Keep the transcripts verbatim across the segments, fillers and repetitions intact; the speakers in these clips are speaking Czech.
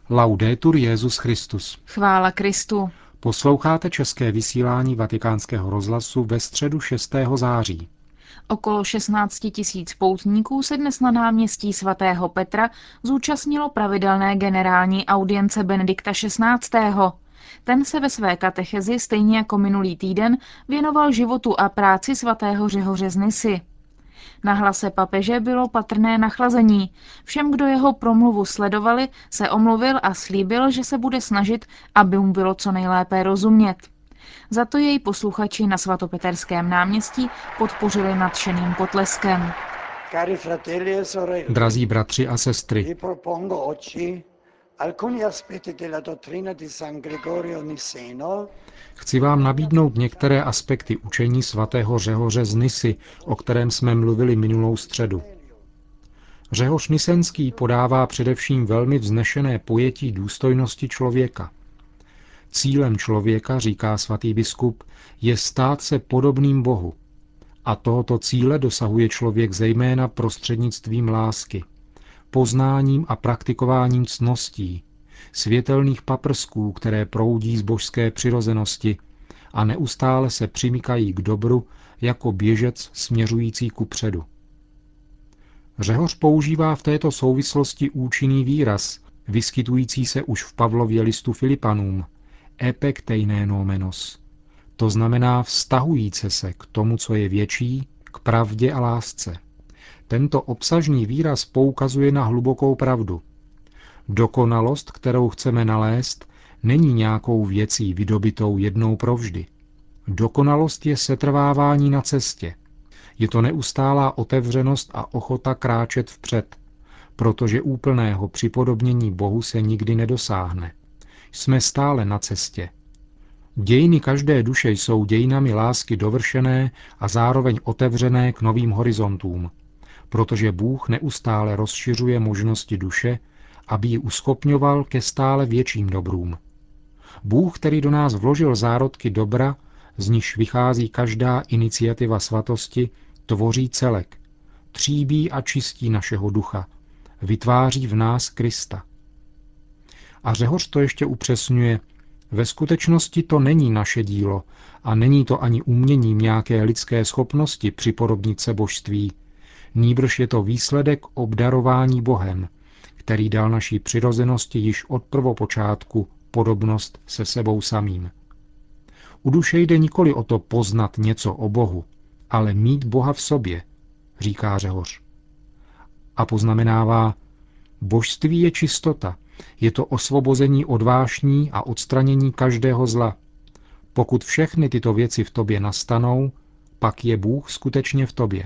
Laudetur Jesus Christus. Chvála Kristu. Posloucháte české vysílání Vatikánského rozhlasu ve středu šestého září. Okolo šestnáct tisíc poutníků se dnes na náměstí svatého Petra zúčastnilo pravidelné generální audience Benedikta šestnáctého. Ten se ve své katechezi, stejně jako minulý týden, věnoval životu a práci svatého Řehoře z Nisy. Na hlase papeže bylo patrné nachlazení. Všem, kdo jeho promluvu sledovali, se omluvil a slíbil, že se bude snažit, aby mu bylo co nejlépe rozumět. Za to jej posluchači na svatopeterském náměstí podpořili nadšeným potleskem. Drazí bratři a sestry, chci vám nabídnout některé aspekty učení svatého Řehoře z Nisy, o kterém jsme mluvili minulou středu. Řehoř Nisenský podává především velmi vznešené pojetí důstojnosti člověka. Cílem člověka, říká svatý biskup, je stát se podobným Bohu. A tohoto cíle dosahuje člověk zejména prostřednictvím lásky, poznáním a praktikováním ctností, světelných paprsků, které proudí z božské přirozenosti a neustále se přimykají k dobru jako běžec směřující kupředu. Řehoř používá v této souvislosti účinný výraz, vyskytující se už v Pavlově listu Filipanům, epekteinénomenos. To znamená vztahujíce se k tomu, co je větší, k pravdě a lásce. Tento obsažný výraz poukazuje na hlubokou pravdu. Dokonalost, kterou chceme nalézt, není nějakou věcí vydobitou jednou provždy. Dokonalost je setrvávání na cestě. Je to neustálá otevřenost a ochota kráčet vpřed, protože úplného připodobnění Bohu se nikdy nedosáhne. Jsme stále na cestě. Dějiny každé duše jsou dějinami lásky dovršené a zároveň otevřené k novým horizontům, protože Bůh neustále rozšiřuje možnosti duše, aby ji uschopňoval ke stále větším dobrům. Bůh, který do nás vložil zárodky dobra, z nichž vychází každá iniciativa svatosti, tvoří celek, tříbí a čistí našeho ducha, vytváří v nás Krista. A Řehoř to ještě upřesňuje, ve skutečnosti to není naše dílo a není to ani uměním nějaké lidské schopnosti připodobnit se božství, nýbrž je to výsledek obdarování Bohem, který dal naší přirozenosti již od prvopočátku podobnost se sebou samým. U duše jde nikoli o to poznat něco o Bohu, ale mít Boha v sobě, říká Řehoř. A poznamenává, božství je čistota, je to osvobození od vášní a odstranění každého zla. Pokud všechny tyto věci v tobě nastanou, pak je Bůh skutečně v tobě.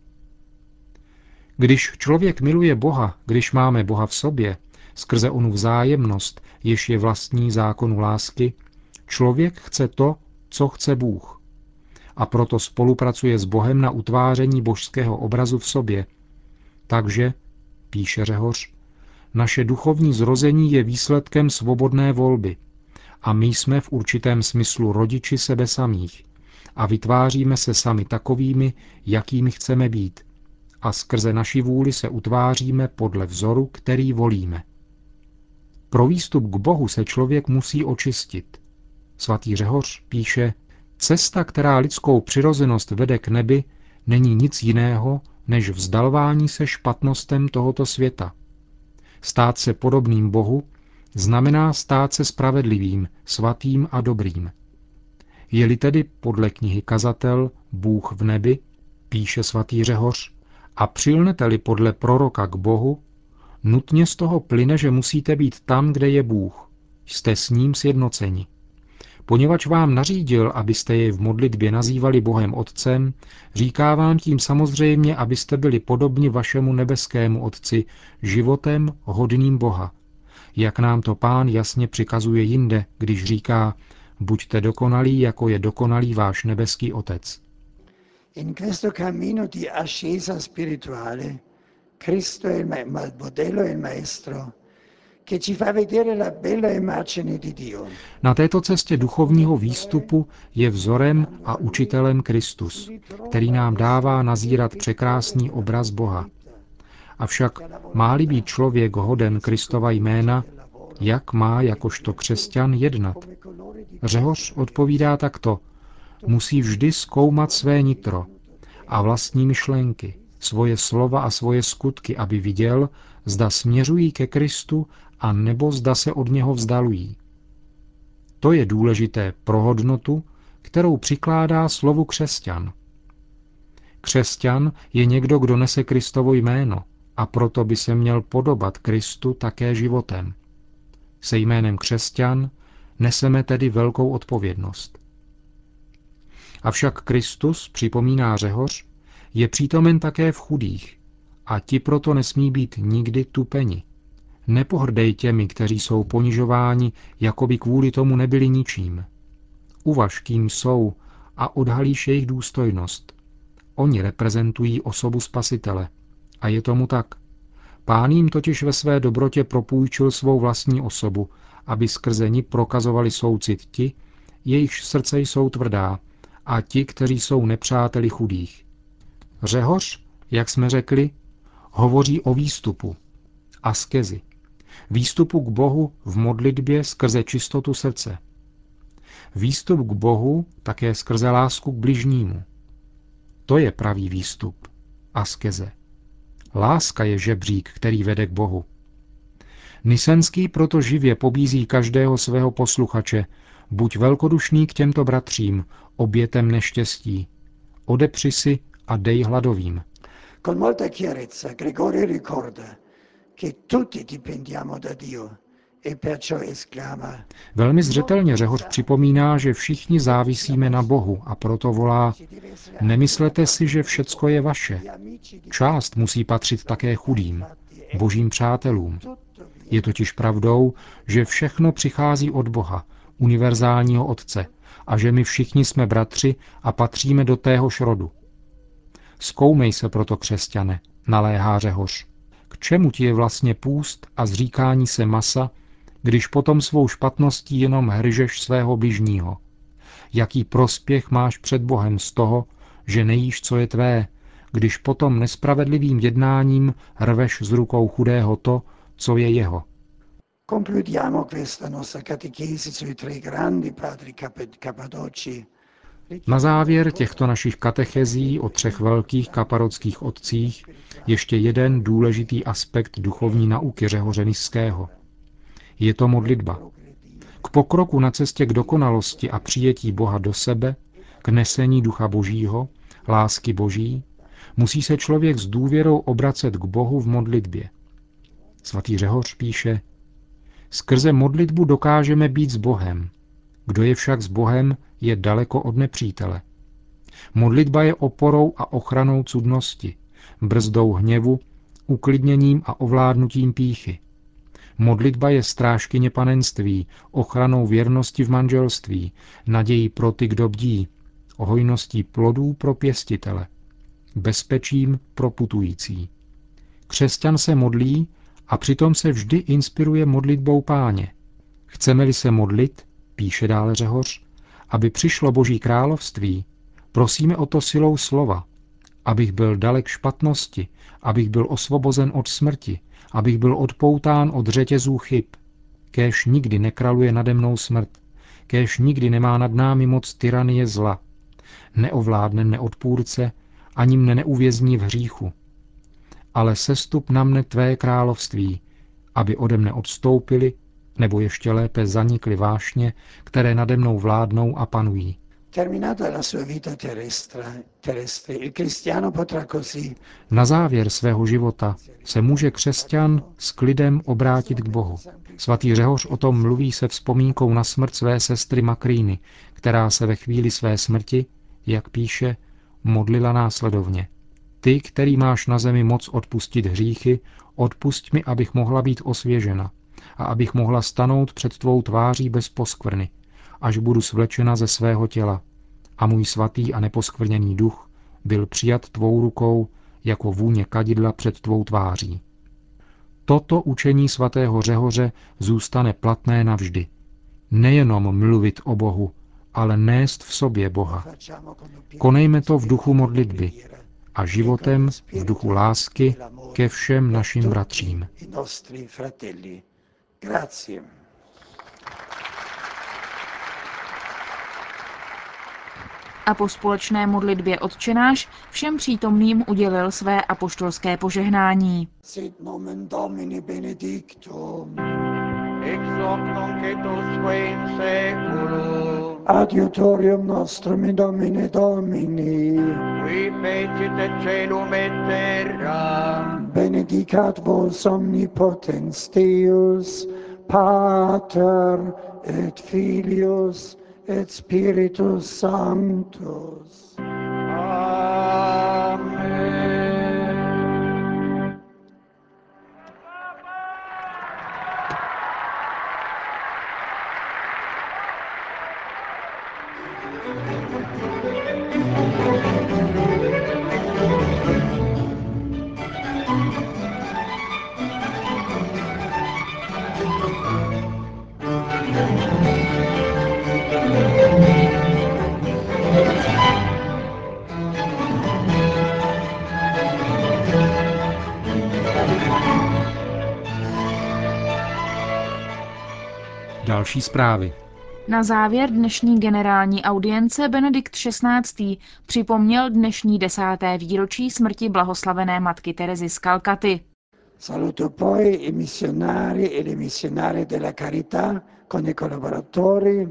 Když člověk miluje Boha, když máme Boha v sobě, skrze onu vzájemnost, jež je vlastní zákonu lásky, člověk chce to, co chce Bůh. A proto spolupracuje s Bohem na utváření božského obrazu v sobě. Takže, píše Řehoř, naše duchovní zrození je výsledkem svobodné volby a my jsme v určitém smyslu rodiči sebe samých a vytváříme se sami takovými, jakými chceme být a skrze naši vůli se utváříme podle vzoru, který volíme. Pro výstup k Bohu se člověk musí očistit. Svatý Řehoř píše, cesta, která lidskou přirozenost vede k nebi, není nic jiného, než vzdalování se špatnostem tohoto světa. Stát se podobným Bohu znamená stát se spravedlivým, svatým a dobrým. Je-li tedy podle knihy Kazatel Bůh v nebi, píše svatý Řehoř, a přilnete-li podle proroka k Bohu, nutně z toho plyne, že musíte být tam, kde je Bůh. Jste s ním sjednoceni. Poněvadž vám nařídil, abyste jej v modlitbě nazývali Bohem Otcem, říká vám tím samozřejmě, abyste byli podobni vašemu nebeskému Otci životem hodným Boha. Jak nám to Pán jasně přikazuje jinde, když říká, buďte dokonalí, jako je dokonalý váš nebeský Otec. In questo cammino di ascesa spirituale, Cristo è il modello e il maestro, che ci fa vedere la bella immagine di Dio. Na této cestě duchovního výstupu je vzorem a učitelem Kristus, který nám dává nazírat překrásný obraz Boha. Avšak má-li být člověk hoden Kristova jména, jak má jakožto křesťan jednat. Řehoř odpovídá takto. Musí vždy zkoumat své nitro a vlastní myšlenky, svoje slova a svoje skutky, aby viděl, zda směřují ke Kristu a nebo zda se od něho vzdalují. To je důležité pro hodnotu, kterou přikládá slovu křesťan. Křesťan je někdo, kdo nese Kristovo jméno a proto by se měl podobat Kristu také životem. Se jménem křesťan neseme tedy velkou odpovědnost. Avšak Kristus, připomíná Řehoř, je přítomen také v chudých a ti proto nesmí být nikdy tupeni. Nepohrdej těmi, kteří jsou ponižováni, jako by kvůli tomu nebyli ničím. Uvaž, kým jsou a odhalíš jejich důstojnost. Oni reprezentují osobu Spasitele. A je tomu tak. Pán jim totiž ve své dobrotě propůjčil svou vlastní osobu, aby skrze ni prokazovali soucit ti, jejichž srdce jsou tvrdá, a ti, kteří jsou nepřáteli chudých. Řehoř, jak jsme řekli, hovoří o výstupu, askezi, výstupu k Bohu v modlitbě skrze čistotu srdce. Výstup k Bohu také skrze lásku k bližnímu. To je pravý výstup, askeze. Láska je žebřík, který vede k Bohu. Nysenský proto živě pobízí každého svého posluchače, buď velkodušný k těmto bratřím, obětem neštěstí. Odepři si a dej hladovým. Con molta chiarezza Gregorio ricorda che tutti dipendiamo da Dio e perciò esclama. Velmi zřetelně Řehoř připomíná, že všichni závisíme na Bohu a proto volá: nemyslete si, že všecko je vaše. Část musí patřit také chudým, božím přátelům. Je totiž pravdou, že všechno přichází od Boha, univerzálního Otce, a že my všichni jsme bratři a patříme do téhož rodu. Zkoumej se proto, křesťane, naléhá Řehoř. K čemu ti je vlastně půst a zříkání se masa, když potom svou špatností jenom hryžeš svého bližního? Jaký prospěch máš před Bohem z toho, že nejíš, co je tvé, když potom nespravedlivým jednáním rveš z rukou chudého to, co je jeho? Concludiamo questa nostra catechesi sui tre grandi padri Cappadocci. Na závěr těchto našich katechezí o třech velkých kapadockých otcích ještě jeden důležitý aspekt duchovní nauky Řehoře Nižského. Je to modlitba. K pokroku na cestě k dokonalosti a přijetí Boha do sebe, k nesení Ducha Božího, lásky Boží, musí se člověk s důvěrou obracet k Bohu v modlitbě. Svatý Řehoř píše: skrze modlitbu dokážeme být s Bohem. Kdo je však s Bohem, je daleko od nepřítele. Modlitba je oporou a ochranou cudnosti, brzdou hněvu, uklidněním a ovládnutím pýchy. Modlitba je strážkyně panenství, ochranou věrnosti v manželství, nadějí pro ty, kdo bdí, hojností plodů pro pěstitele, bezpečím pro putující. Křesťan se modlí a přitom se vždy inspiruje modlitbou Páně. Chceme-li se modlit, píše dále Řehoř, aby přišlo Boží království, prosíme o to silou slova, abych byl dalek špatnosti, abych byl osvobozen od smrti, abych byl odpoután od řetězů chyb. Kéž nikdy nekraluje nade mnou smrt, kéž nikdy nemá nad námi moc tyranie zla. Neovládne mne odpůrce, ani mne neuvězní v hříchu. Ale sestup na mne tvé království, aby ode mne odstoupili, nebo ještě lépe zanikly vášně, které nade mnou vládnou a panují. Na závěr svého života se může křesťan s klidem obrátit k Bohu. Svatý Řehoř o tom mluví se vzpomínkou na smrt své sestry Makrýny, která se ve chvíli své smrti, jak píše, modlila následovně. Ty, který máš na zemi moc odpustit hříchy, odpusť mi, abych mohla být osvěžena a abych mohla stanout před tvou tváří bez poskvrny, až budu svlečena ze svého těla a můj svatý a neposkvrněný duch byl přijat tvou rukou jako vůně kadidla před tvou tváří. Toto učení svatého Řehoře zůstane platné navždy. Nejenom mluvit o Bohu, ale nést v sobě Boha. Konejme to v duchu modlitby a životem v duchu lásky ke všem našim bratřím. Grazie. a po společné modlitbě Otčenáš všem přítomným udělil své apoštolské požehnání. Sit nomen Domini benedictum. Ex hoc nunc et usque in saeculum. Adiutorium nostrum in Domine Domini. Qui fecit et caelum et terra. Benedicat vos omnipotens Deus, Pater et Filius et Spiritus Sanctus. Amen. Další zprávy. Na závěr dnešní generální audience Benedikt šestnáctý. připomněl dnešní desáté výročí smrti blahoslavené matky Terezy z Kalkaty. Saluto poi i missionari e le missionarie della carità con i collaboratori.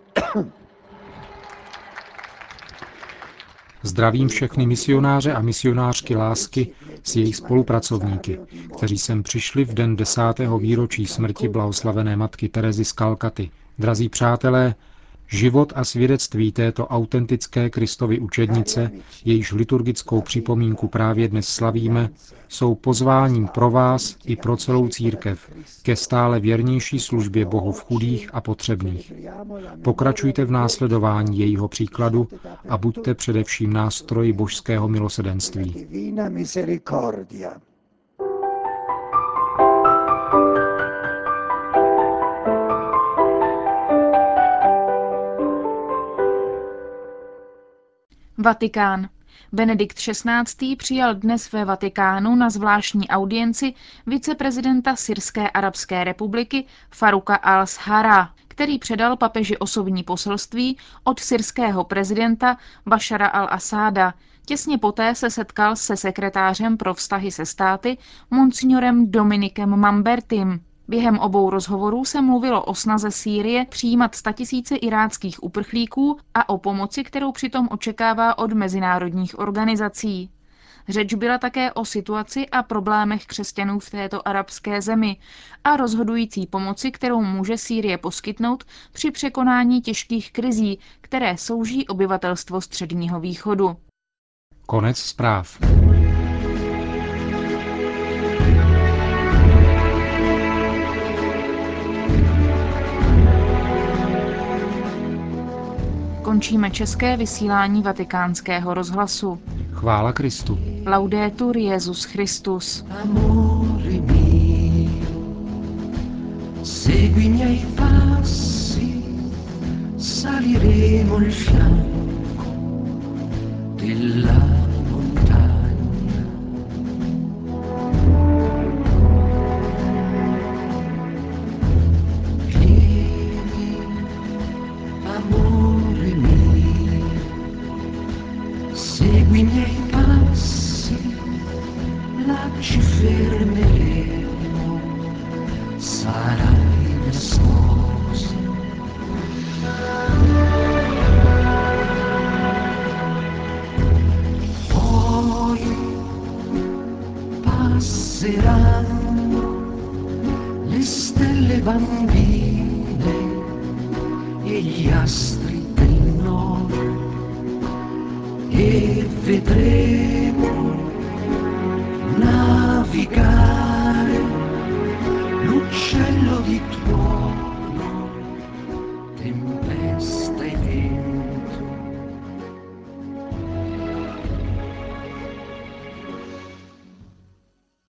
Zdravím všechny misionáře a misionářky lásky s jejich spolupracovníky, kteří sem přišli v den desátého výročí smrti blahoslavené matky Terezy z Kalkaty. Drazí přátelé, život a svědectví této autentické Kristovy učednice, jejíž liturgickou připomínku právě dnes slavíme, jsou pozváním pro vás i pro celou církev ke stále věrnější službě Bohu v chudých a potřebných. Pokračujte v následování jejího příkladu a buďte především nástroji božského milosedenství. Vatikán. Benedikt šestnáctý. přijal dnes ve Vatikánu na zvláštní audienci viceprezidenta Syrské arabské republiky Faruka al-Shara, který předal papeži osobní poselství od syrského prezidenta Bašara al-Asáda. Těsně poté se setkal se sekretářem pro vztahy se státy monsignorem Dominikem Mambertim. Během obou rozhovorů se mluvilo o snaze Sýrie přijímat statisíce iráckých uprchlíků a o pomoci, kterou přitom očekává od mezinárodních organizací. Řeč byla také o situaci a problémech křesťanů v této arabské zemi a rozhodující pomoci, kterou může Sýrie poskytnout při překonání těžkých krizí, které souží obyvatelstvo Středního východu. Konec zpráv. Končíme české vysílání Vatikánského rozhlasu. Chvála Kristu. Laudetur Jesus Christus. Amore mio, segui i miei passi, saliremo il fianco della montagna. Vieni, amore mio, segui i miei passi, là ci fermeremo, sarai mia sposa. Poi passeranno le stelle bambine e gli astri del nord e vedremo navigare